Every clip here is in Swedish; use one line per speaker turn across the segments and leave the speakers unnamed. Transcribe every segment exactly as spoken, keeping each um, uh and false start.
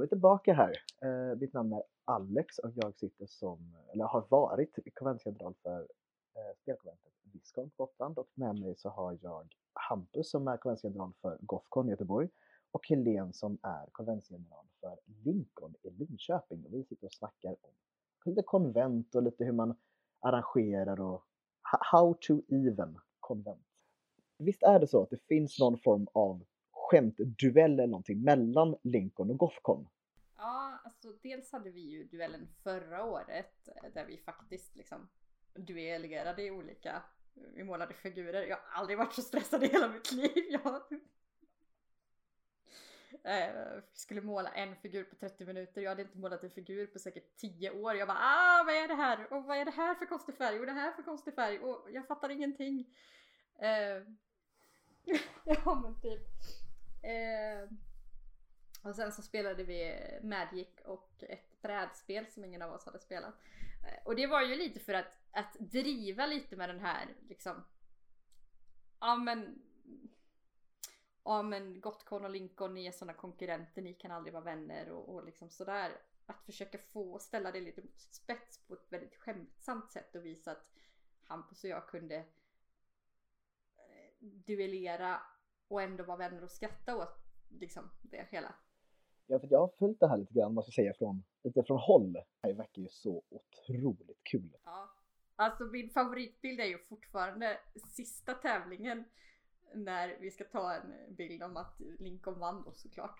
vi tillbaka här. Eh, mitt namn är Alex och jag sitter som, eller har varit konventgeneral för eh, spelkonventet Viscon Gotland, och med mig så har jag Hampus som är konventgeneral för Gothcon i Göteborg och Helene som är konventgeneral för Lincoln i Linköping. Och vi sitter och snackar om lite konvent och lite hur man arrangerar och how to even konvent. Visst är det så att det finns någon form av skämtduell eller någonting mellan Lincoln och Gothcon?
Ja, alltså dels hade vi ju duellen förra året där vi faktiskt liksom duellerade i olika, vi målade figurer. Jag har aldrig varit så stressad i hela mitt liv. Jag eh, skulle måla en figur på trettio minuter. Jag hade inte målat en figur på säkert tio år. Jag bara, ah vad är det här? Och vad är det här för konstig färg? Och det här för konstig färg? Och jag fattar ingenting. Eh, ja men typ. Eh, och sen så spelade vi Magic och ett brädspel som ingen av oss hade spelat. Eh, och det var ju lite för att, att driva lite med den här liksom, ja men ja men Gothcon och Lincoln, ni är sådana konkurrenter, ni kan aldrig vara vänner och, och liksom sådär. Att försöka få ställa det lite mot sitt spets på ett väldigt skämtsamt sätt och visa att Hampus och jag kunde duellera och ändå vara vänner och skratta åt liksom det hela.
Ja, för jag har följt det här lite grann, måste jag säga, från, lite från håll. Det här verkar ju så otroligt kul.
Ja, alltså min favoritbild är ju fortfarande sista tävlingen när vi ska ta en bild om att Lincoln vann då såklart.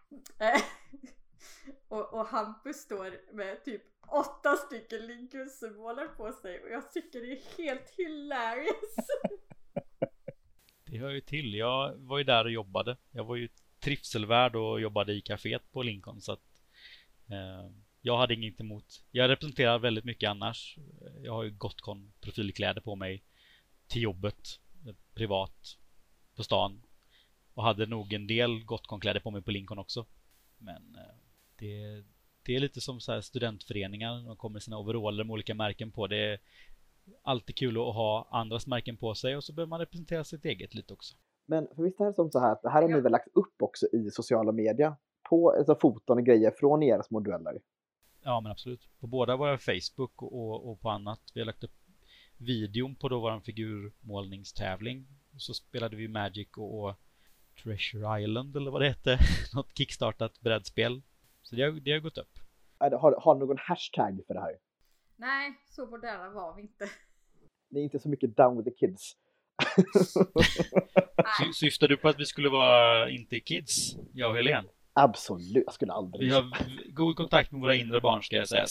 och, och Hampus står med typ åtta stycken Lincoln-symboler på sig och jag tycker det är helt hilarious.
Det hör ju till. Jag var ju där och jobbade. Jag var ju trivselvärd och jobbade i kaféet på Lincoln, så att eh, jag hade inget emot. Jag representerar väldigt mycket annars. Jag har ju Gothcon profilkläder på mig till jobbet, privat, på stan, och hade nog en del Gothcon-kläder på mig på Lincoln också. Men eh, det, det är lite som så här studentföreningar. De kommer med sina overaller med olika märken på. Det är alltid kul att ha andras märken på sig och så behöver man representera sitt eget lite också.
Men för visst är det som så här att det här har ni väl lagt upp också i sociala medier på alltså foton och grejer från era små dueller?
Ja men absolut. På båda våra Facebook och, och på annat. Vi har lagt upp videon på då vår figurmålningstävling. Så spelade vi Magic och, och Treasure Island eller vad det hette. Något kickstartat brädspel. Så det har, det har gått upp.
Är det, har, har någon hashtag för det här?
Nej, så moderna var vi inte.
Ni är inte så mycket down with the kids.
Sy- syftar du på att vi skulle vara inte kids, jag och Helene?
Absolut, jag skulle aldrig.
Vi har god kontakt med våra inre barn, ska jag säga.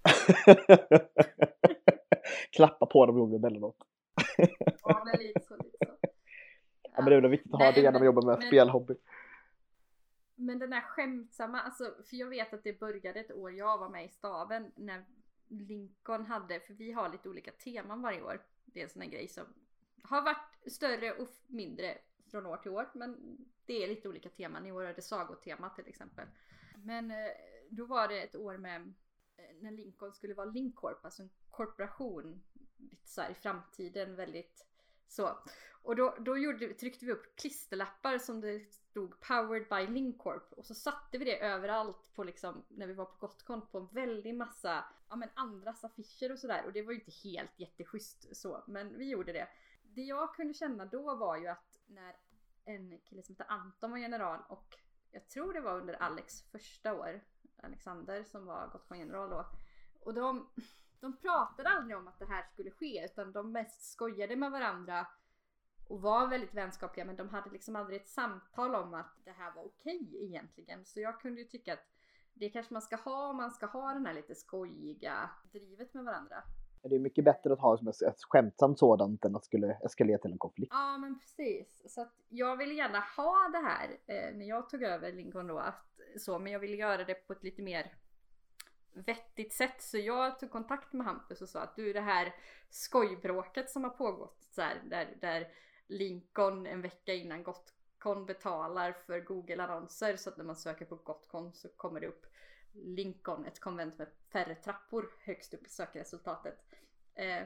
Klappa på dem gånger emellanåt.
Ja, men lite så, lite så.
Ja, men det är väl viktigt att ha
Nej,
det när
men-
man jobbar med
men-
spelhobby.
Men den här skämtsamma, alltså, för jag vet att det började ett år jag var med i staben när Lincoln hade, för vi har lite olika teman varje år. Det är en sån här grej som har varit större och mindre från år till år, men det är lite olika teman. I år är det sagotema till exempel. Men eh, då var det ett år med eh, när Lincoln skulle vara Linkcorp, alltså en korporation lite så här i framtiden, väldigt så. Och då, då gjorde, tryckte vi upp klisterlappar som det stod Powered by Linkcorp. Och så satte vi det överallt på liksom, när vi var på Gothcon, på en väldig massa ja, men andras affischer och sådär. Och det var ju inte helt jätteschysst så, men vi gjorde det. Det jag kunde känna då var ju att när en kille som heter Anton var general, och jag tror det var under Alex första år, Alexander som var Gothcon-general då. Och de... De pratade aldrig om att det här skulle ske, utan de mest skojade med varandra och var väldigt vänskapliga, men de hade liksom aldrig ett samtal om att det här var okej egentligen. Så jag kunde ju tycka att det kanske man ska ha, om man ska ha den här lite skojiga drivet med varandra.
Det är mycket bättre att ha som ett, ett skämtsamt sådant än att skulle eskalera till en konflikt.
Ja, men precis. Så att jag ville gärna ha det här eh, när jag tog över Lincoln då, att, så, men jag ville göra det på ett lite mer vettigt sätt, så jag tog kontakt med Hampus och sa att du, det här skojbråket som har pågått så här, där, där Lincoln en vecka innan Gothcon betalar för Google-annonser, så att när man söker på Gothcon så kommer det upp Lincoln, ett konvent med färre trappor högst upp i sökresultatet. Eh.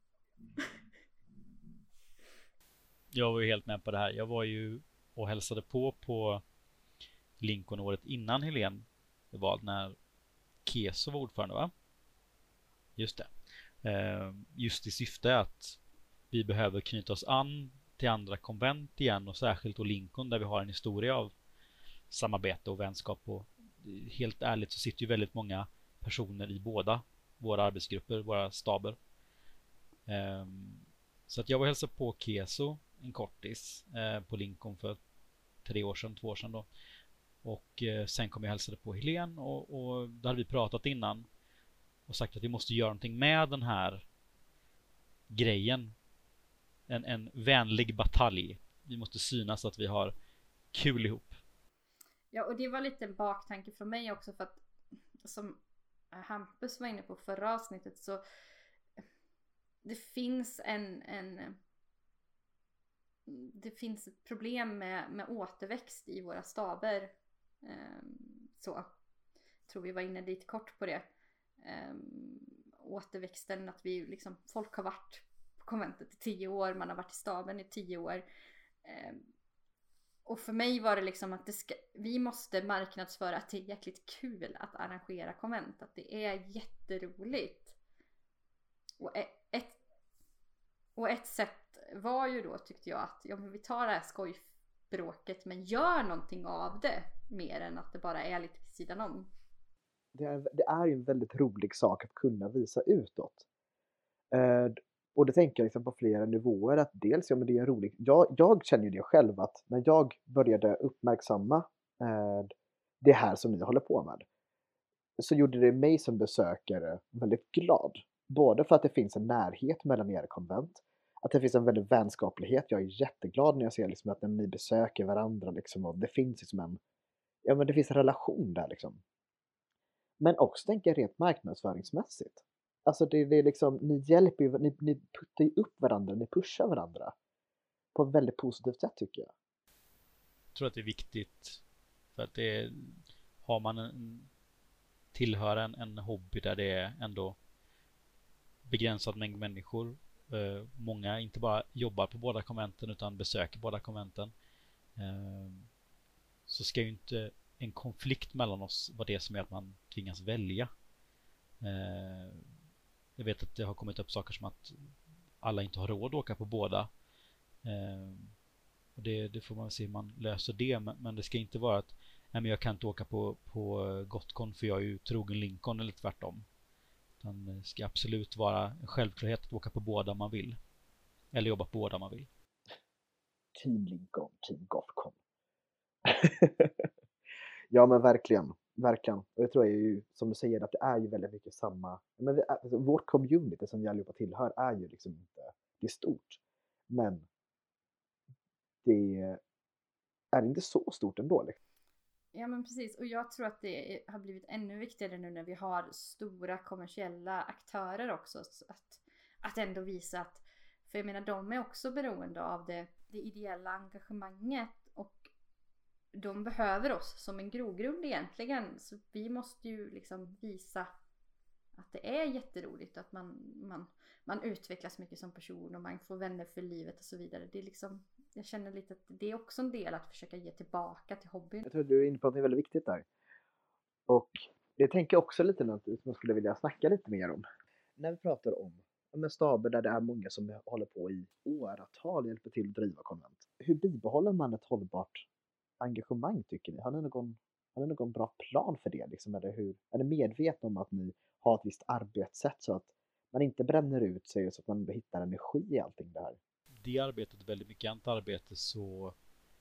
Jag var ju helt med på det här. Jag var ju och hälsade på på Lincoln året innan Helene Det var när Keso var ordförande, va? Just det. Eh, just i syfte att vi behöver knyta oss an till andra konvent igen, och särskilt då Lincoln där vi har en historia av samarbete och vänskap, och helt ärligt så sitter ju väldigt många personer i båda våra arbetsgrupper, våra staber. Eh, så att jag var hälsa på Keso en kortis eh, på Lincoln för tre år sedan, två år sedan då. Och eh, sen kom jag hälsade på Helen, och, och där hade vi pratat innan och sagt att vi måste göra någonting med den här grejen. En, en vänlig batalj. Vi måste synas att vi har kul ihop.
Ja, och det var lite en baktanke för mig också, för att som Hampus var inne på förra avsnittet, så det finns en, en det finns ett problem med, med återväxt i våra staber. Um, så tror vi var inne lite kort på det. Um, återväxten, att vi liksom, folk har varit på konventet i tio år, man har varit i staben i tio år. Um, och för mig var det liksom att det ska, vi måste marknadsföra att det är jäkligt kul att arrangera konvent, att det är jätteroligt. Och ett, och ett sätt var ju då, tyckte jag, att ja, men vi tar det här skojbråket men gör någonting av det mer än att det bara är lite vid sidan om.
Det är, det är ju en väldigt rolig sak att kunna visa utåt. Eh, och det tänker jag liksom på flera nivåer, att dels, ja men det är roligt. Jag, jag känner ju det själv, att när jag började uppmärksamma eh, det här som ni håller på med, så gjorde det mig som besökare väldigt glad. Både för att det finns en närhet mellan er konvent, att det finns en väldigt vänskaplighet. Jag är jätteglad när jag ser liksom att när ni besöker varandra liksom, och det finns liksom en, ja men det finns en relation där liksom. Men också tänker jag rent marknadsföringsmässigt. Alltså det, det är liksom, ni hjälper ju, ni, ni puttar ju upp varandra, ni pushar varandra på ett väldigt positivt sätt, tycker jag.
Jag tror att det är viktigt, för att det är, har man en, tillhör en, en hobby där det är ändå begränsad mängd människor. Uh, många inte bara jobbar på båda konventen utan besöker båda konventen. Uh, så ska ju inte en konflikt mellan oss vara det som gör att man tvingas välja. Uh, jag vet att det har kommit upp saker som att alla inte har råd att åka på båda. Uh, och det, det får man se hur man löser det. Men, men det ska inte vara att nej, men jag kan inte åka på, på Gotcon för jag är ju trogen Lincoln, eller tvärtom. Det ska absolut vara en självklarhet att åka på båda om man vill. Eller jobba på båda om man vill.
Team Lincoln, Team Gotcon. Ja men verkligen, verkligen. Och jag tror jag ju, som du säger, att det är ju väldigt mycket samma. Men vi, alltså, vårt community som vi allihopa tillhör är ju liksom inte, det är stort. Men det är inte så stort ändå liksom.
Ja men precis, och jag tror att det har blivit ännu viktigare nu när vi har stora kommersiella aktörer också, att, att ändå visa att, för jag menar de är också beroende av det, det ideella engagemanget, och de behöver oss som en grogrund egentligen, så vi måste ju liksom visa att det är jätteroligt, att man, man, man utvecklas mycket som person och man får vänner för livet och så vidare. Det är liksom, jag känner lite att det är också en del att försöka ge tillbaka till hobbyn.
Jag tror du är inne på något väldigt viktigt där. Och jag tänker också lite något som jag skulle vilja snacka lite mer om. När vi pratar om med staber där det är många som håller på i åratal hjälper till att driva konvent. Hur bibehåller man ett hållbart engagemang, tycker ni? Har ni någon, har ni någon bra plan för det? Liksom? Eller hur, är ni medvetna om att ni har ett visst arbetssätt så att man inte bränner ut sig, så att man hittar energi i allting det här?
Det arbetet är väldigt mycket annat arbete, så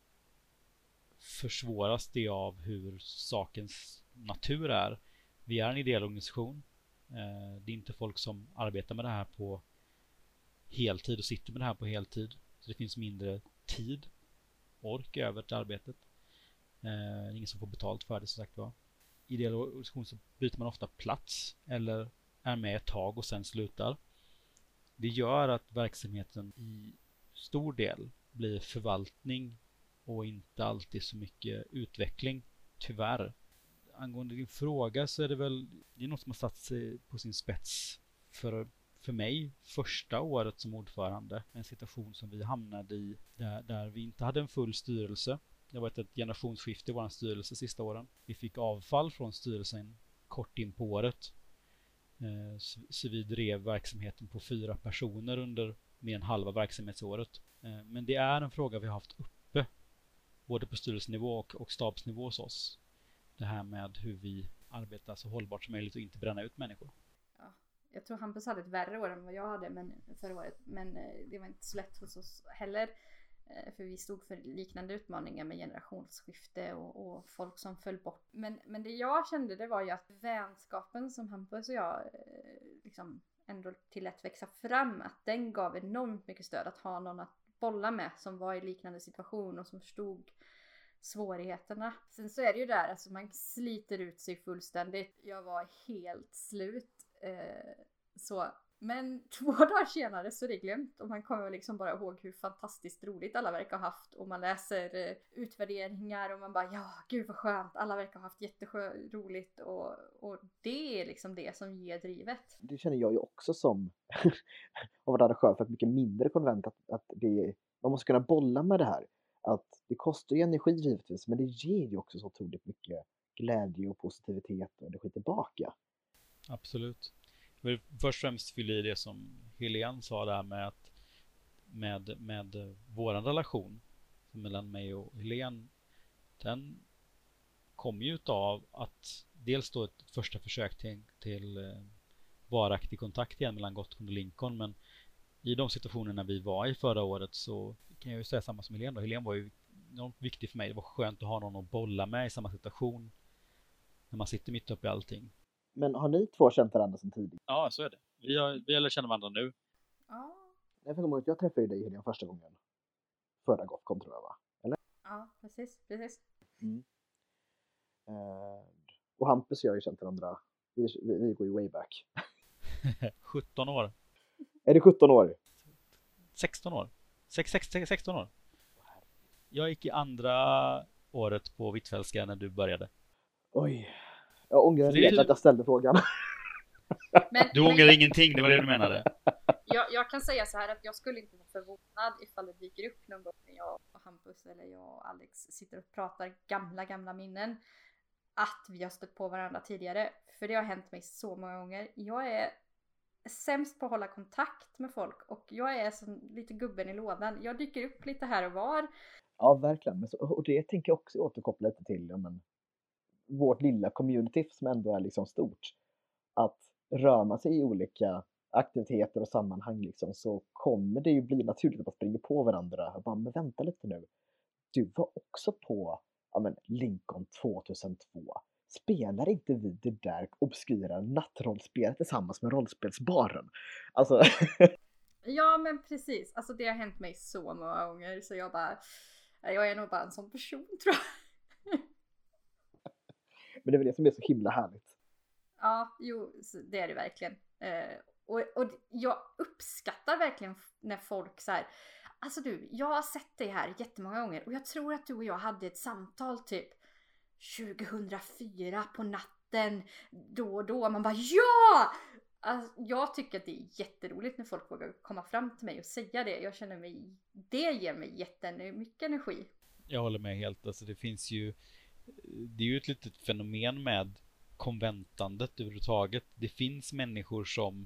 försvåras det av hur sakens natur är. Vi är en ideell organisation. Det är inte folk som arbetar med det här på heltid och sitter med det här på heltid. Så det finns mindre tid, ork över till arbetet. Det är ingen som får betalt för det, som sagt var. I ideell organisation så byter man ofta plats eller är med ett tag och sen slutar. Det gör att verksamheten i stor del blir förvaltning och inte alltid så mycket utveckling, tyvärr. Angående din fråga så är det väl, det är något som har satt sig på sin spets för, för mig första året som ordförande. En situation som vi hamnade i där, där vi inte hade en full styrelse. Det har varit ett generationsskifte i vår styrelse sista åren. Vi fick avfall från styrelsen kort in på året. Så vi drev verksamheten på fyra personer under mer än halva verksamhetsåret. Men det är en fråga vi har haft uppe både på styrelsenivå och, och stabsnivå hos oss. Det här med hur vi arbetar så hållbart som möjligt och inte bränna ut människor.
Ja, jag tror Hampus hade ett värre år än vad jag hade men, förra året. Men det var inte så lätt hos oss heller. För vi stod för liknande utmaningar med generationsskifte och, och folk som föll bort. Men, men det jag kände det var ju att vänskapen som Hampus och jag liksom ändå tillät växa fram. Att den gav enormt mycket stöd att ha någon att bolla med som var i liknande situation och som förstod svårigheterna. Sen så är det ju där, alltså man sliter ut sig fullständigt. Jag var helt slut. Eh, så... Men två dagar senare så är det glömt och man kommer liksom bara ihåg hur fantastiskt roligt alla verkar ha haft och man läser eh, utvärderingar och man bara ja, gud vad skönt, alla verkar ha haft jätteroligt och, och det är liksom det som ger drivet.
Det känner jag ju också som av att arrangör för ett mycket mindre konvent att, att det, man måste kunna bolla med det här. Att det kostar ju energi givetvis men det ger ju också så otroligt mycket glädje och positivitet och energi tillbaka.
Absolut. Först och främst fyller i det som Helene sa där med att med, med våran relation mellan mig och Helene, den kom ju utav att dels då ett första försök till, till varaktig kontakt igen mellan Gotcon och Lincoln, men i de situationerna vi var i förra året så kan jag ju säga samma som Helene då. Helene var ju enormt viktig för mig. Det var skönt att ha någon att bolla med i samma situation när man sitter mitt uppe i allting.
Men har ni två känt varandra sedan tidigt?
Ja, så är det. Vi, har, vi eller känner varandra nu.
Ja.
Jag, att jag träffade dig Helene första gången. Förra Gotcon tror jag va? Eller?
Ja, precis. precis.
Mm. Uh, och Hampus och jag har ju känt varandra. Vi, vi, vi går ju way back.
sjutton år.
Är det sjutton år?
sexton år. sex, sex, sex, sexton år. Jag gick i andra året på Hvitfeldtska när du började.
Oj. Jag ångrar
det...
att jag ställde frågan.
Men,
du ångrar men... ingenting, det var det du menade.
Jag, jag kan säga så här att jag skulle inte vara förvånad ifall det dyker upp någon gång när jag och Hampus eller jag och Alex sitter och pratar gamla, gamla minnen. Att vi har stött på varandra tidigare. För det har hänt mig så många gånger. Jag är sämst på att hålla kontakt med folk. Och jag är som lite gubben i lådan. Jag dyker upp lite här och var.
Ja, verkligen. Och det tänker jag också återkoppla lite till. Ja, men, vårt lilla community som ändå är liksom stort. Att rör man sig i olika aktiviteter och sammanhang liksom, så kommer det ju bli naturligt att man springer på varandra och bara, men vänta lite nu. Du var också på ja, men, Lincoln tvåtusentvå. Spelar inte vi det där obskyra nattrollspelet tillsammans med rollspelsbaren? Alltså...
Ja, men precis. Alltså det har hänt mig så många gånger så jag bara, jag är nog bara en sån person tror jag.
Men det är väl det som är så himla härligt.
Ja, jo, det är det verkligen. Eh, och, och jag uppskattar verkligen när folk så här, alltså du, jag har sett dig här jättemånga gånger och jag tror att du och jag hade ett samtal typ tjugohundrafyra på natten då och då. Man bara, ja! Alltså, jag tycker att det är jätteroligt när folk vågar komma fram till mig och säga det. Jag känner mig, det ger mig jättemycket energi.
Jag håller med helt, alltså det finns ju, det är ju ett litet fenomen med konventandet överhuvudtaget. Det finns människor som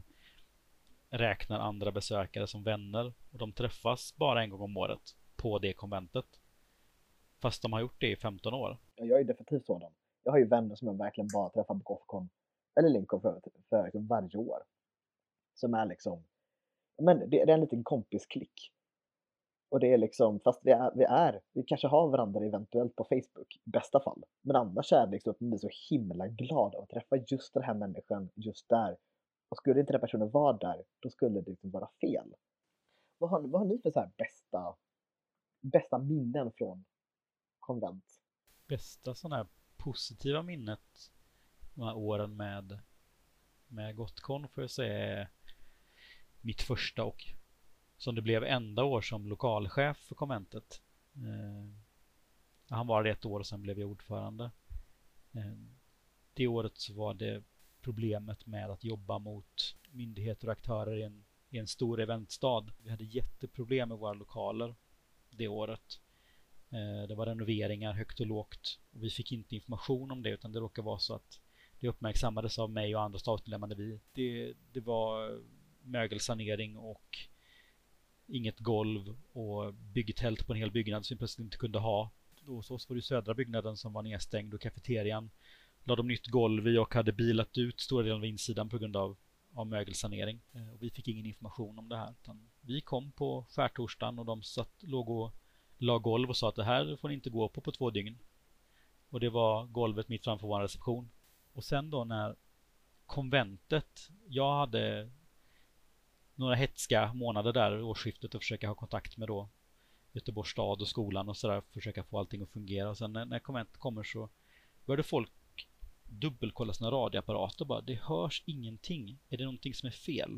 räknar andra besökare som vänner och de träffas bara en gång om året på det konventet. Fast de har gjort det i femton år.
Jag är definitivt sådan. Jag har ju vänner som jag verkligen bara träffar på Gotcon eller Lincoln för, för, för varje år. Som är liksom, men det, det är en liten kompisklick. Och det är liksom, fast vi är, vi är, vi kanske har varandra eventuellt på Facebook i bästa fall. Men annars är det liksom att man blir så himla glad att träffa just den här människan just där. Och skulle inte den personen vara där, då skulle det liksom vara fel. Vad har, vad har ni för så här bästa, bästa minnen från konvent?
Bästa sådana här positiva minnet de här åren med, med Gotcon får jag säga är mitt första och som det blev enda år som lokalchef för konventet. Eh, han var det ett år och sen blev jag ordförande. Eh, det året så var det problemet med att jobba mot myndigheter och aktörer i en, i en stor eventstad. Vi hade jätteproblem med våra lokaler det året. Det var renoveringar högt och lågt. Och vi fick inte information om det, utan det råkade vara så att det uppmärksammades av mig och andra statsmedlemmar. Vi. Det, det var mögelsanering och inget golv och byggtält på en hel byggnad som vi plötsligt inte kunde ha. Då så var det södra byggnaden som var nedstängd och kafeterian lade de nytt golv i och hade bilat ut stora delar av insidan på grund av, av mögelsanering. Och vi fick ingen information om det här. Utan vi kom på skärtorsdagen och de satt, låg och la golv och sa att det här får ni inte gå på på två dygn. Och det var golvet mitt framför vår reception. Och sen då när konventet, jag hade några hetska månader där i årsskiftet och försöka ha kontakt med då Göteborgs stad och skolan och sådär, försöka få allting att fungera. Och sen när, när konventet kommer så började folk dubbelkolla sina radioapparater bara. Det hörs ingenting. Är det någonting som är fel?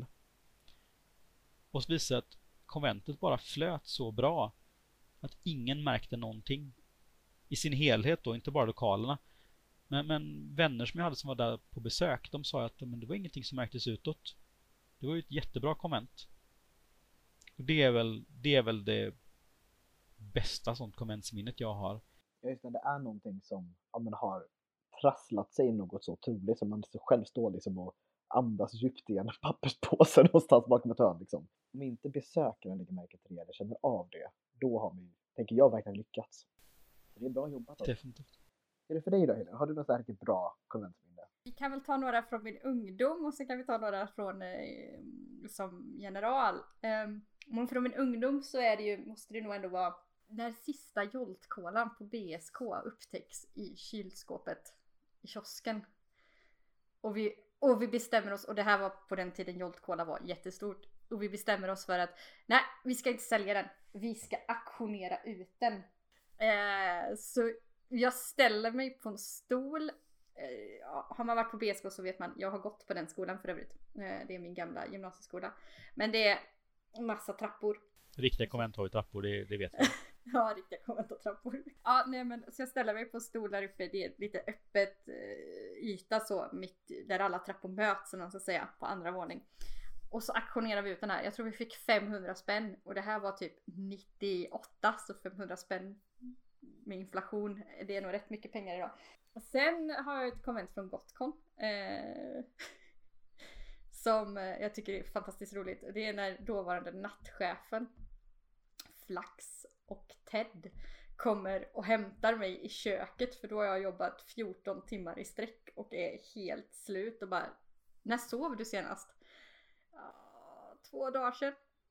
Och så visade att konventet bara flöt så bra att ingen märkte någonting i sin helhet då, inte bara lokalerna. Men, men vänner som jag hade som var där på besök, de sa att men det var ingenting som märktes utåt. Det var ju ett jättebra konvent. Och det är väl det, är väl det bästa sånt konventsminnet jag har.
Ja, just det, det är någonting som ja, man har trasslat sig i något så otroligt som man så själv står liksom och andas djupt i en papperspåse någonstans bakom ett hörn liksom. Om inte besökaren lägger märke till det eller känner av det, då har vi, tänker jag, verkligen lyckats. Så det är bra jobbat.
Definitivt.
Är det för dig då, Helena? Har du något så här riktigt bra konventsminne?
Vi kan väl ta några från min ungdom och så kan vi ta några från eh, som general. Eh, men från min ungdom så är det ju, måste det nog ändå vara när sista joltkolan på B S K upptäcks i kylskåpet i kiosken. Och vi, och vi bestämmer oss, och det här var på den tiden joltkola var jättestort. Och vi bestämmer oss för att nej, vi ska inte sälja den. Vi ska auktionera ut den. Eh, så jag ställer mig på en stol. Eh, har man varit på B S K så vet man, jag har gått på den skolan för övrigt. Eh, det är min gamla gymnasieskola. Men det är massa trappor.
Riktiga konvent har ju trappor, det, det vet jag.
Ja, riktiga konventtrappor. Ja, nej men så jag ställer mig på en stol där uppe. Det är lite öppet eh, yta så mitt där alla trappor möts, så man ska säga, på andra våning. Och så auktionerar vi ut den här. Jag tror vi fick femhundra spänn. Och det här var typ nittioåtta. Så femhundra spänn med inflation. Det är nog rätt mycket pengar idag. Och sen har jag ett konvent från Gothcon. Eh, som jag tycker är fantastiskt roligt. Det är när dåvarande nattchefen Flax och Ted kommer och hämtar mig i köket. För då har jag jobbat fjorton timmar i sträck och är helt slut. Och bara, när sov du senast? Två dagar sedan.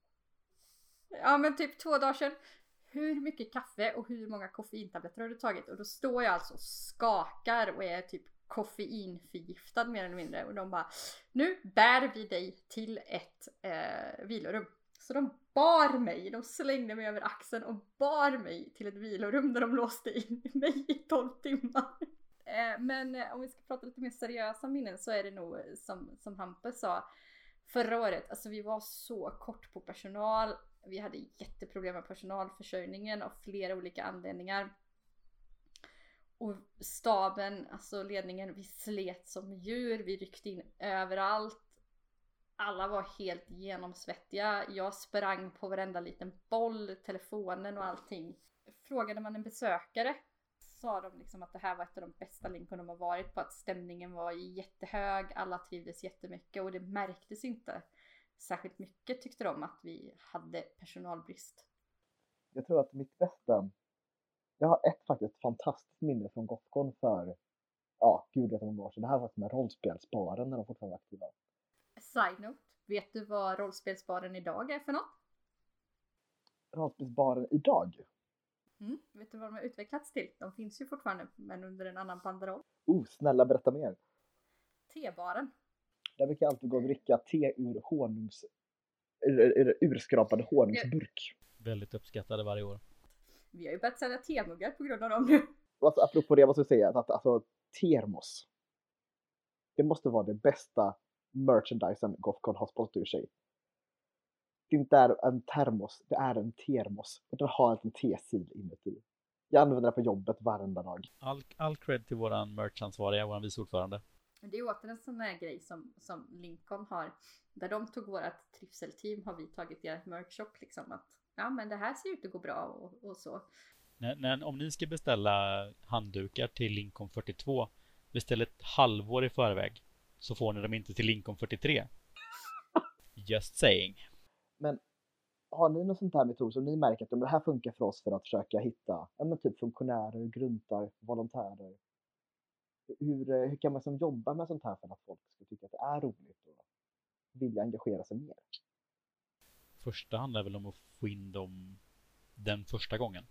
Ja men typ två dagar sedan. Hur mycket kaffe och hur många koffeintabletter har du tagit? Och då står jag alltså och skakar och är typ koffeinförgiftad mer eller mindre. Och de bara, nu bär vi dig till ett eh, vilorum. Så de bar mig, de slängde mig över axeln och bar mig till ett vilorum där de låste in mig i tolv timmar. Eh, men eh, om vi ska prata lite mer seriösa minnen så är det nog som, som Hampus sa förra året. Alltså vi var så kort på personal. Vi hade jätteproblem med personalförsörjningen av flera olika anledningar. Och staben, alltså ledningen, vi slet som djur. Vi ryckte in överallt. Alla var helt genomsvettiga. Jag sprang på varenda liten boll, telefonen och allting. Frågade man en besökare sa de liksom att det här var ett av de bästa Lincoln de har varit på. Att stämningen var jättehög, alla trivdes jättemycket och det märktes inte särskilt mycket, tyckte de, att vi hade personalbrist.
Jag tror att mitt bästa, jag har ett faktiskt fantastiskt minne från Gothcon för, ja, gud vet hur många år sedan. Det här var med rollspelsbaren när de fortfarande var aktiva.
Side note, vet du vad rollspelsbaren idag är för något?
Rollspelsbaren idag?
Mm, vet du vad de har utvecklats till? De finns ju fortfarande, men under en annan banderoll.
Oh, snälla berätta mer.
Tebaren.
Där brukar jag alltid gå och dricka te ur honungs... Ur, ur, urskrapade honungsburk.
Väldigt uppskattade varje år.
Vi har ju börjat sälja temuggar på grund av dem nu.
Alltså, apropå det, vad ska jag säga? Att, alltså, termos. Det måste vara det bästa merchandisen Gothcon har spått ur sig. Det inte är en termos, det är en termos. Och den har en liten tesil inuti. Jag använder det på jobbet varenda dag.
All, all cred till våran merchansvariga, våran vice ordförande.
Det är åter en sån här grej som, som Lincoln har. Där de tog vårat trivselteam har vi tagit deras merch shop liksom. Att ja men det här ser ut att gå bra och, och så.
När, när, om ni ska beställa handdukar till Lincoln fyrtiotvå, beställ ett halvår i förväg, så får ni dem inte till Lincoln fyrtiotre. Just saying.
Men har ni någon sånt här metod som ni märker att det här funkar för oss för att försöka hitta ja, men typ funktionärer, gruntar, volontärer? Hur, hur kan man som jobba med sånt här för att folk ska tycka att det är roligt och vilja engagera sig mer?
Första handlar väl om att få in dem den första gången.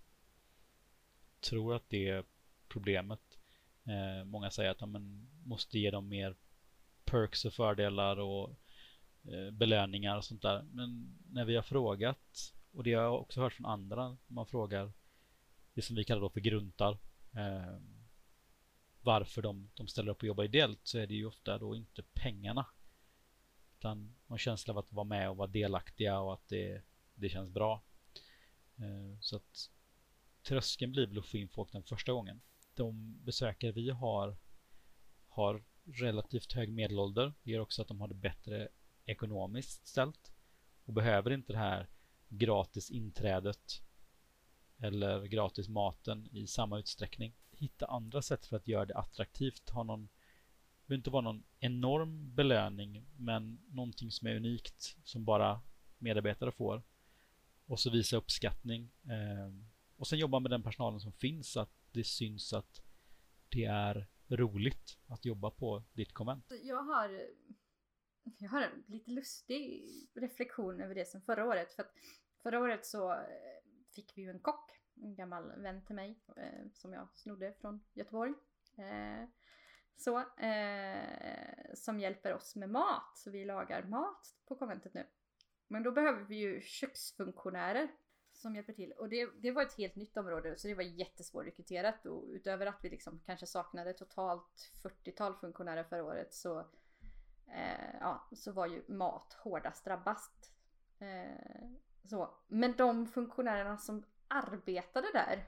Tror att det är problemet. Eh, många säger att man måste ge dem mer perks och fördelar och eh, belöningar och sånt där. Men när vi har frågat, och det har jag också hört från andra, man frågar det som vi kallar då för gruntar, eh, varför de, de ställer upp och jobbar ideellt, så är det ju ofta då inte pengarna, utan en känsla av att vara med och vara delaktiga och att det, det känns bra. Eh, så att tröskeln blir väl att få in folk den första gången. De besökare vi har har relativt hög medelålder. Det gör också att de har det bättre ekonomiskt ställt och behöver inte det här gratis inträdet eller gratis maten i samma utsträckning. Hitta andra sätt för att göra det attraktivt. Ha någon, det behöver inte vara någon enorm belöning, men någonting som är unikt som bara medarbetare får. Och så visa uppskattning. Eh, och sen jobba med den personalen som finns, så att det syns att det är roligt att jobba på ditt konvent.
Jag har, jag har en lite lustig reflektion över det som förra året. För att förra året så fick vi ju en kock, en gammal vän till mig eh, som jag snodde från Göteborg. Eh, så, eh, som hjälper oss med mat. Så vi lagar mat på konventet nu. Men då behöver vi ju köksfunktionärer som hjälper till. Och det, det var ett helt nytt område, så det var jättesvårt rekryterat. Och utöver att vi liksom kanske saknade totalt fyrtiotal funktionärer förra året, så, eh, ja, så var ju mat hårdast drabbast. Eh, så. Men de funktionärerna som arbetade där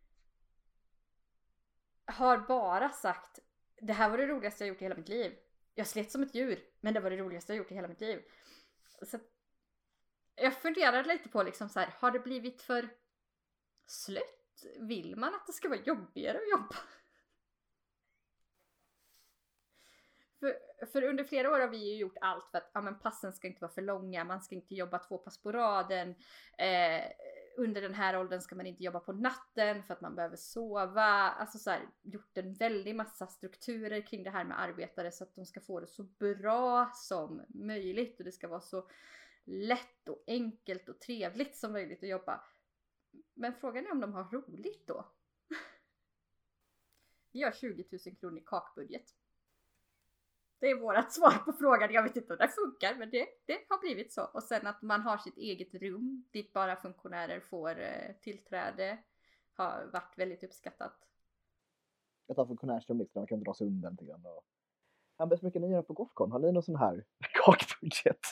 har bara sagt: det här var det roligaste jag gjort i hela mitt liv. Jag slet som ett djur, men det var det roligaste jag gjort i hela mitt liv. Så jag funderade lite på liksom så här, har det blivit för slött? Vill man att det ska vara jobbigare att jobba? För, för under flera år har vi ju gjort allt för att ja, men passen ska inte vara för långa. Man ska inte jobba två pass på raden. Eh, under den här åldern ska man inte jobba på natten för att man behöver sova. Alltså så här, gjort en väldig massa strukturer kring det här med arbetare så att de ska få det så bra som möjligt. Och det ska vara så lätt och enkelt och trevligt som möjligt att jobba. Men frågan är om de har roligt då. Vi har tjugo tusen kronor i kakbudget. Det är vårat svar på frågan. Jag vet inte om det funkar, men det, det har blivit så. Och sen att man har sitt eget rum dit bara funktionärer får eh, tillträde har varit väldigt uppskattat.
Ett av funktionärsrum liksom, man kan dra sig undan lite grann. Och... Hampus, hur mycket ni gör på Gothcon? Har ni någon sån här kakbudget?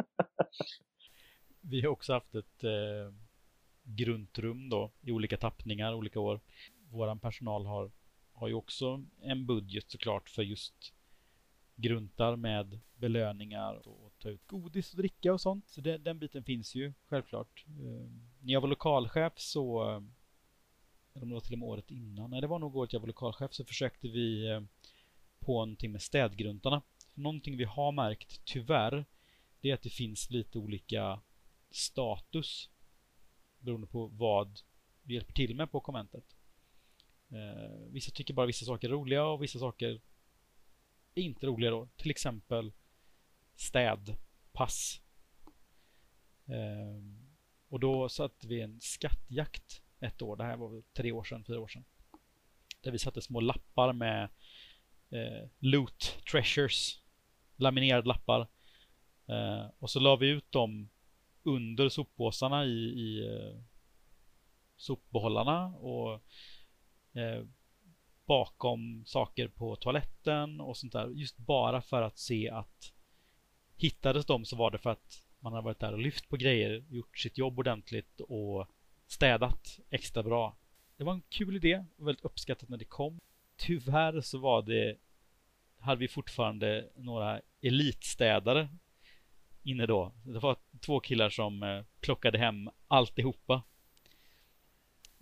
Vi har också haft ett eh, grundrum då i olika tappningar, olika år. Våran personal har, har ju också en budget såklart för just gruntar med belöningar och ta ut godis och dricka och sånt. Så det, den biten finns ju självklart. Eh, när jag var lokalchef så, eller om det var till och med året innan, nej det var nog året jag var lokalchef, så försökte vi eh, på någonting med städgruntarna. Någonting vi har märkt tyvärr, det är att det finns lite olika status beroende på vad vi hjälper till med på konventet. Eh, vissa tycker bara vissa saker är roliga och vissa saker är inte roliga då. Till exempel städpass. Eh, och då satte vi en skattjakt ett år. Det här var tre år sedan, fyra år sedan. Där vi satte små lappar med eh, loot, treasures, laminerade lappar. Eh, och så la vi ut dem under soppåsarna i, i eh, sopbehållarna och eh, bakom saker på toaletten och sånt där. Just bara för att se att hittades de, så var det för att man har varit där och lyft på grejer, gjort sitt jobb ordentligt och städat extra bra. Det var en kul idé och väldigt uppskattat när det kom. Tyvärr så var det, hade vi fortfarande några elitstädare inne då. Det var två killar som eh, plockade hem alltihopa.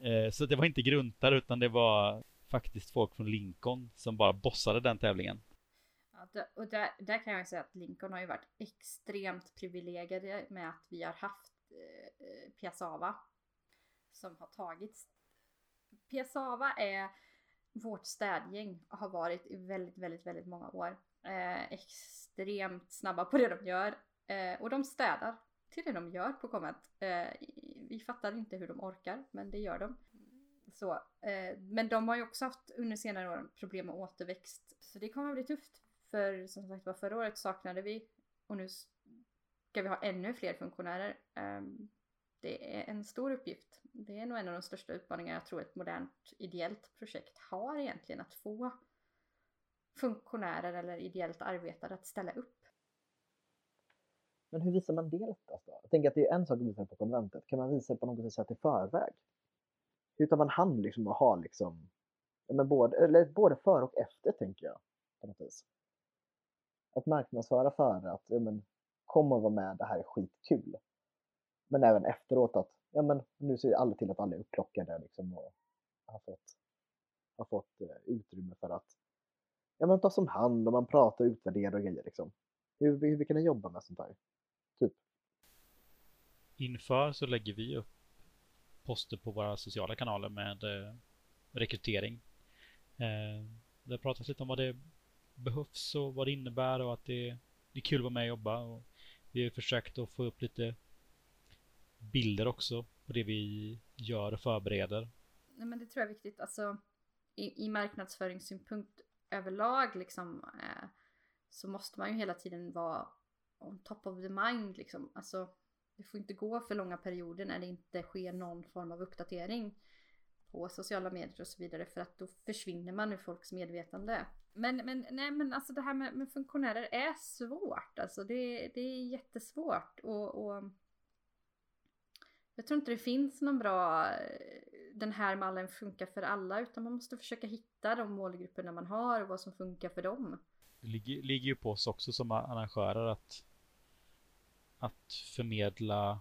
Eh, så det var inte gruntar utan det var faktiskt folk från Lincoln som bara bossade den tävlingen.
Ja, det, och där, där kan jag säga att Lincoln har ju varit extremt privilegierade med att vi har haft eh, Piazzava som har tagits. Piazzava är vårt städgäng och har varit i väldigt, väldigt, väldigt många år. Eh, extremt snabba på det de gör. Eh, och de städar till det de gör på Konvent. Eh, vi fattar inte hur de orkar, men det gör de. Så, eh, men de har ju också haft under senare år problem med återväxt. Så det kommer att bli tufft. För som sagt var förra året saknade vi. Och nu ska vi ha ännu fler funktionärer. Eh, det är en stor uppgift. Det är nog en av de största utmaningarna jag tror ett modernt ideellt projekt har egentligen. Att få funktionärer eller ideellt arbetare att ställa upp.
Men hur visar man det lättast då? Jag tänker att det är en sak att visa på konventet. Kan man visa på något sätt i förväg? Hur tar man hand liksom och ha liksom, ja, men både, eller både före och efter tänker jag på något vis. Att marknadsföra före att ja, men, kom och vara med, det här är skitkul. Men även efteråt att ja, men, nu ser alla till att alla är upplockade liksom, och har fått, har fått uh, utrymme för att ja, man tar som hand och man pratar och utvärderar och grejer. Liksom. Hur, hur vi kan jobba med sånt här? Typ.
Inför så lägger vi upp poster på våra sociala kanaler med eh, rekrytering. Eh, det pratas lite om vad det behövs och vad det innebär och att det, det är kul att vara med och jobba. Och vi har försökt att få upp lite bilder också på det vi gör och förbereder.
Nej, men det tror jag är viktigt. Alltså, i, i marknadsföringssynpunkt överlag liksom, eh, så måste man ju hela tiden vara on top of the mind. Liksom. Alltså, det får inte gå för långa perioder när det inte sker någon form av uppdatering på sociala medier och så vidare. För att då försvinner man ur folks medvetande. Men, men, nej, men alltså det här med, med funktionärer är svårt. Alltså det, det är jättesvårt. Och, och jag tror inte det finns någon bra, den här mallen funkar för alla. Utan man måste försöka hitta de målgrupperna man har och vad som funkar för dem.
Det ligger, ligger ju på oss också som arrangörer att att förmedla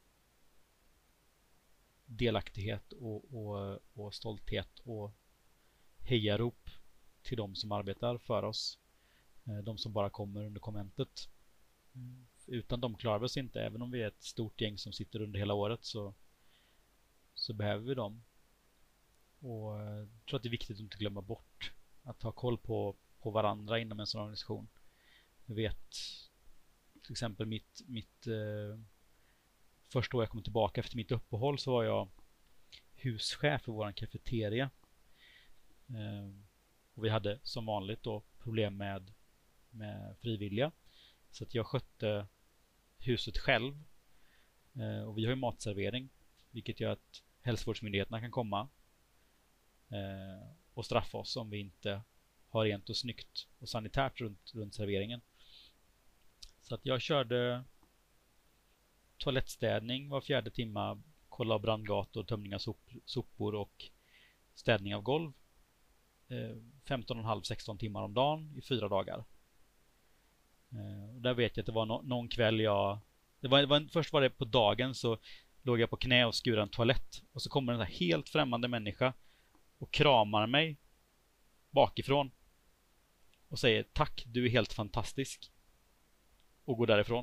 delaktighet och, och, och stolthet och hejarop till de som arbetar för oss. De som bara kommer under konventet. Utan de klarar vi oss inte. Även om vi är ett stort gäng som sitter under hela året så, så behöver vi dem. Och jag tror att det är viktigt att inte glömma bort att ha koll på, på varandra inom en sån organisation. Jag vet till exempel mitt, mitt eh, första år jag kom tillbaka efter mitt uppehåll så var jag huschef för våran kafeteria. Eh, och vi hade som vanligt då problem med, med frivilliga. Så att jag skötte huset själv. Eh, och vi har ju matservering. Vilket gör att hälsovårdsmyndigheterna kan komma eh, och straffa oss om vi inte har rent och snyggt och sanitärt runt, runt serveringen. Så att jag körde toalettstädning var fjärde timma, kolla brandgator, tömning av sop, sopor och städning av golv. Eh, femton och en halv till sexton timmar om dagen i fyra dagar. Eh, och där vet jag att det var no, någon kväll jag... Det var, det var, först var det på dagen så låg jag på knä och skurade en toalett. Och så kommer en här helt främmande människa och kramar mig bakifrån. Och säger tack, du är helt fantastisk. Och går därifrån.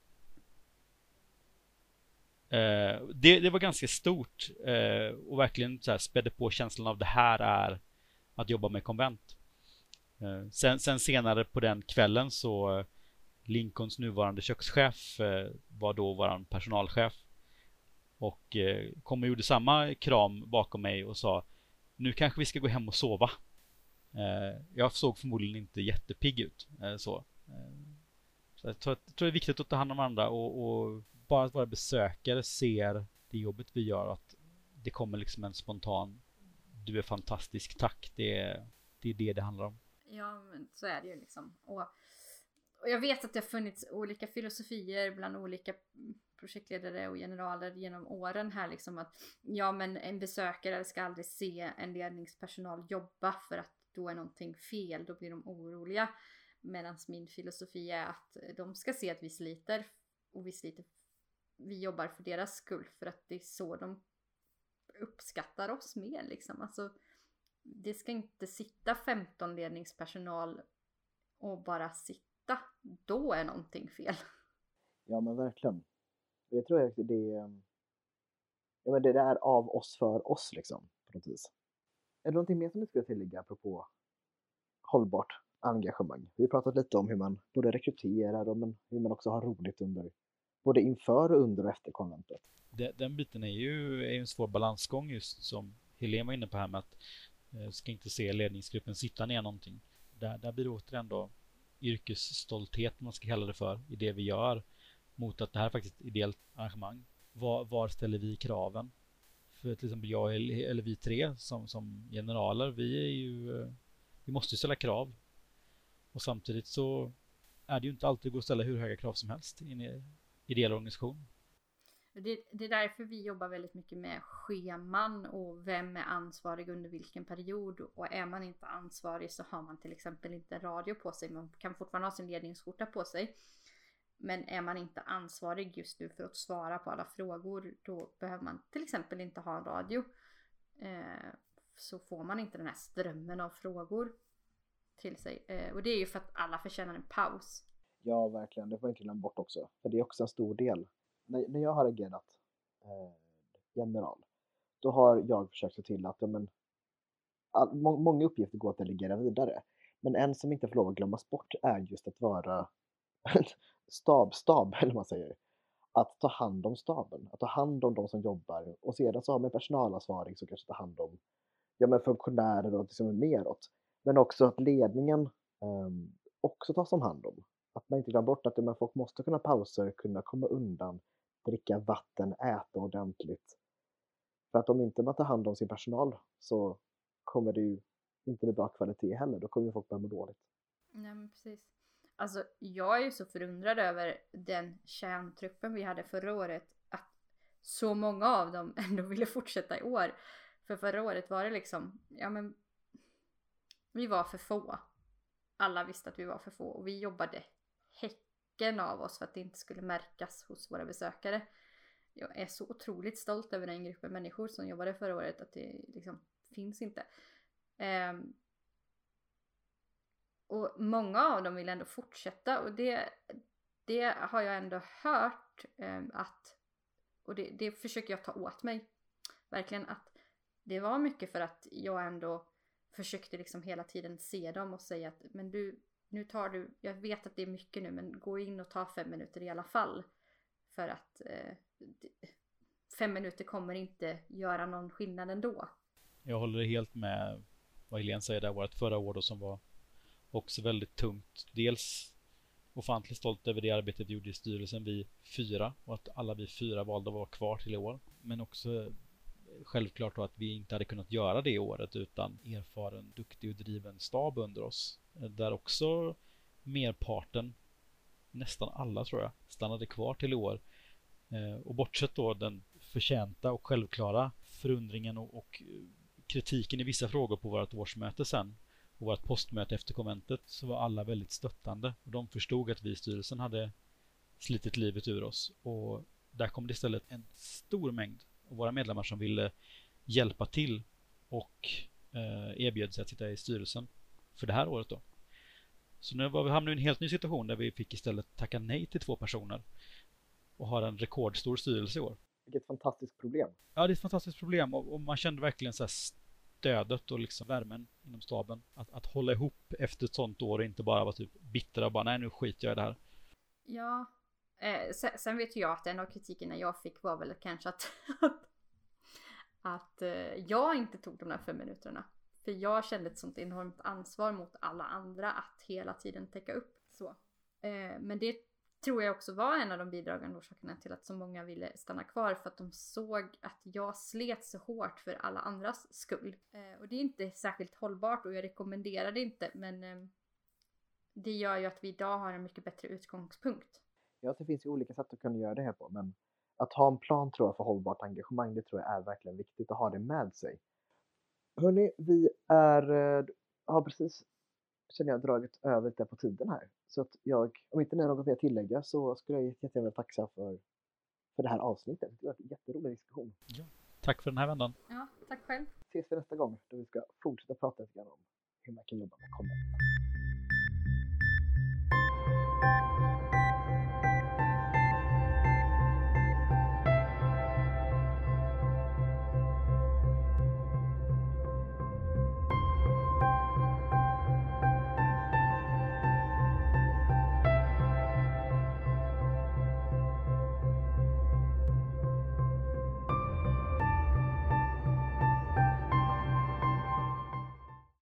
Eh, det, det var ganska stort eh, och verkligen så här spädde på känslan av det här är att jobba med konvent. Eh, sen, sen senare på den kvällen så eh, Lincolns nuvarande kökschef eh, var då våran personalchef och eh, kom och gjorde samma kram bakom mig och sa nu kanske vi ska gå hem och sova. Eh, jag såg förmodligen inte jättepigg ut eh, så. Eh, så jag tror, jag tror det är viktigt att ta hand om andra och, och bara att våra besökare ser det jobbet vi gör, att det kommer liksom en spontan du är fantastisk, tack. Det är det är det, det handlar om.
Ja, men så är det ju liksom. Och, och jag vet att det har funnits olika filosofier bland olika projektledare och generaler genom åren här liksom att ja, men en besökare ska aldrig se en ledningspersonal jobba för att då är någonting fel, då blir de oroliga. Medan min filosofi är att de ska se att vi sliter och vi sliter, vi jobbar för deras skull för att det är så de uppskattar oss mer liksom. Alltså, det ska inte sitta femton ledningspersonal och bara sitta. Då är någonting fel.
Ja, men verkligen. Jag tror att det är, ja, men det är av oss för oss liksom, på något vis. Är det någonting mer som du skulle tillägga apropå hållbart engagemang? Vi har pratat lite om hur man både rekryterar och men hur man också har roligt under, både inför och under och efter konventet.
Den biten är ju är en svår balansgång, just som Helene var inne på här med att eh, ska inte se ledningsgruppen sitta ner någonting. Där, där blir det återigen då yrkesstolthet, man ska kalla det för, i det vi gör, mot att det här är faktiskt ett ideellt arrangemang. Var, var ställer vi kraven? För till exempel jag eller vi tre som, som generaler, vi är ju vi måste ju ställa krav. Och samtidigt så är det ju inte alltid att gå och ställa hur höga krav som helst i en ideell organisation.
Det, det är därför vi jobbar väldigt mycket med scheman och vem är ansvarig under vilken period. Och är man inte ansvarig så har man till exempel inte radio på sig. Man kan fortfarande ha sin ledningsskjorta på sig. Men är man inte ansvarig just nu för att svara på alla frågor, då behöver man till exempel inte ha en radio. Eh, så får man inte den här strömmen av frågor till sig. Eh, och det är ju för att alla förtjänar en paus.
Ja, verkligen. Det får jag inte glömma bort också. För det är också en stor del. När, när jag har agerat eh, general, då har jag försökt se till att ja, men, all, må, många uppgifter går att delegera vidare. Men en som inte får lov att glömmas bort är just att vara stab, stab, eller vad man säger. Att ta hand om staben, att ta hand om de som jobbar. Och sedan så har man personalansvarig som kanske tar hand om ja, men funktionärer och liksom neråt. Men också att ledningen um, också tas om hand om. Att man inte glömmer bort att ja, folk måste kunna pauser, kunna komma undan, dricka vatten, äta ordentligt. För att om inte man tar hand om sin personal så kommer det ju inte bli bra kvalitet heller. Då kommer ju folk börja må dåligt.
Nej, men precis. Alltså, jag är ju så förundrad över den kärntruppen vi hade förra året. Att så många av dem ändå ville fortsätta i år. För förra året var det liksom, ja men, vi var för få. Alla visste att vi var för få. Och vi jobbade häcken av oss för att det inte skulle märkas hos våra besökare. Jag är så otroligt stolt över den gruppen människor som jobbade förra året. Att det liksom finns inte. Um, Och många av dem vill ändå fortsätta. Och det, det har jag ändå hört eh, att... Och det, det försöker jag ta åt mig. Verkligen att det var mycket för att jag ändå försökte liksom hela tiden se dem och säga att men du, nu tar du... Jag vet att det är mycket nu, men gå in och ta fem minuter i alla fall. För att eh, fem minuter kommer inte göra någon skillnad ändå.
Jag håller helt med vad Helene säger där. Vårt förra år då som var också väldigt tungt. Dels ofantligt stolt över det arbetet vi gjorde i styrelsen, vi fyra, och att alla vi fyra valde att vara kvar till i år. Men också självklart då att vi inte hade kunnat göra det i året utan erfaren, duktig och driven stab under oss. Där också merparten, nästan alla tror jag, stannade kvar till i år. Och bortsett då den förtjänta och självklara förundringen och, och kritiken i vissa frågor på vårt årsmöte sen och vårt postmöte efter konventet, så var alla väldigt stöttande. Och de förstod att vi i styrelsen hade slitit livet ur oss. Och där kom det istället en stor mängd av våra medlemmar som ville hjälpa till och eh, erbjöd sig att sitta i styrelsen för det här året då. Så nu var vi hamnade i en helt ny situation där vi fick istället tacka nej till två personer och har en rekordstor styrelse i år.
Vilket fantastiskt problem.
Ja, det är ett fantastiskt problem och, och man kände verkligen så här stödet och liksom värmen inom staben. Att, att hålla ihop efter ett sånt år och inte bara vara typ bittra och bara nej nu skiter jag i det här.
Ja, eh, sen, sen vet jag att en av kritikerna jag fick var väl kanske att, att eh, jag inte tog de där fem minuterna. För jag kände ett sånt enormt ansvar mot alla andra att hela tiden täcka upp. Så. Eh, men det tror jag också var en av de bidragande orsakerna till att så många ville stanna kvar. För att de såg att jag slet så hårt för alla andras skull. Eh, och det är inte särskilt hållbart och jag rekommenderar det inte. Men eh, det gör ju att vi idag har en mycket bättre utgångspunkt.
Ja, det finns ju olika sätt att kunna göra det här på. Men att ha en plan tror jag för hållbart engagemang, det tror jag är verkligen viktigt att ha det med sig. Hörrni, vi är, har precis, känner jag, dragit över lite på tiden här. Så att jag, om inte ni har något mer att tillägga så skulle jag jättegärna tacksa för, för det här avsnittet. Det var en jätterolig diskussion.
Ja, tack för den här vändan.
Ja, Tack själv.
Ses vi nästa gång då vi ska fortsätta prata lite grann om hur man kan jobba med komment.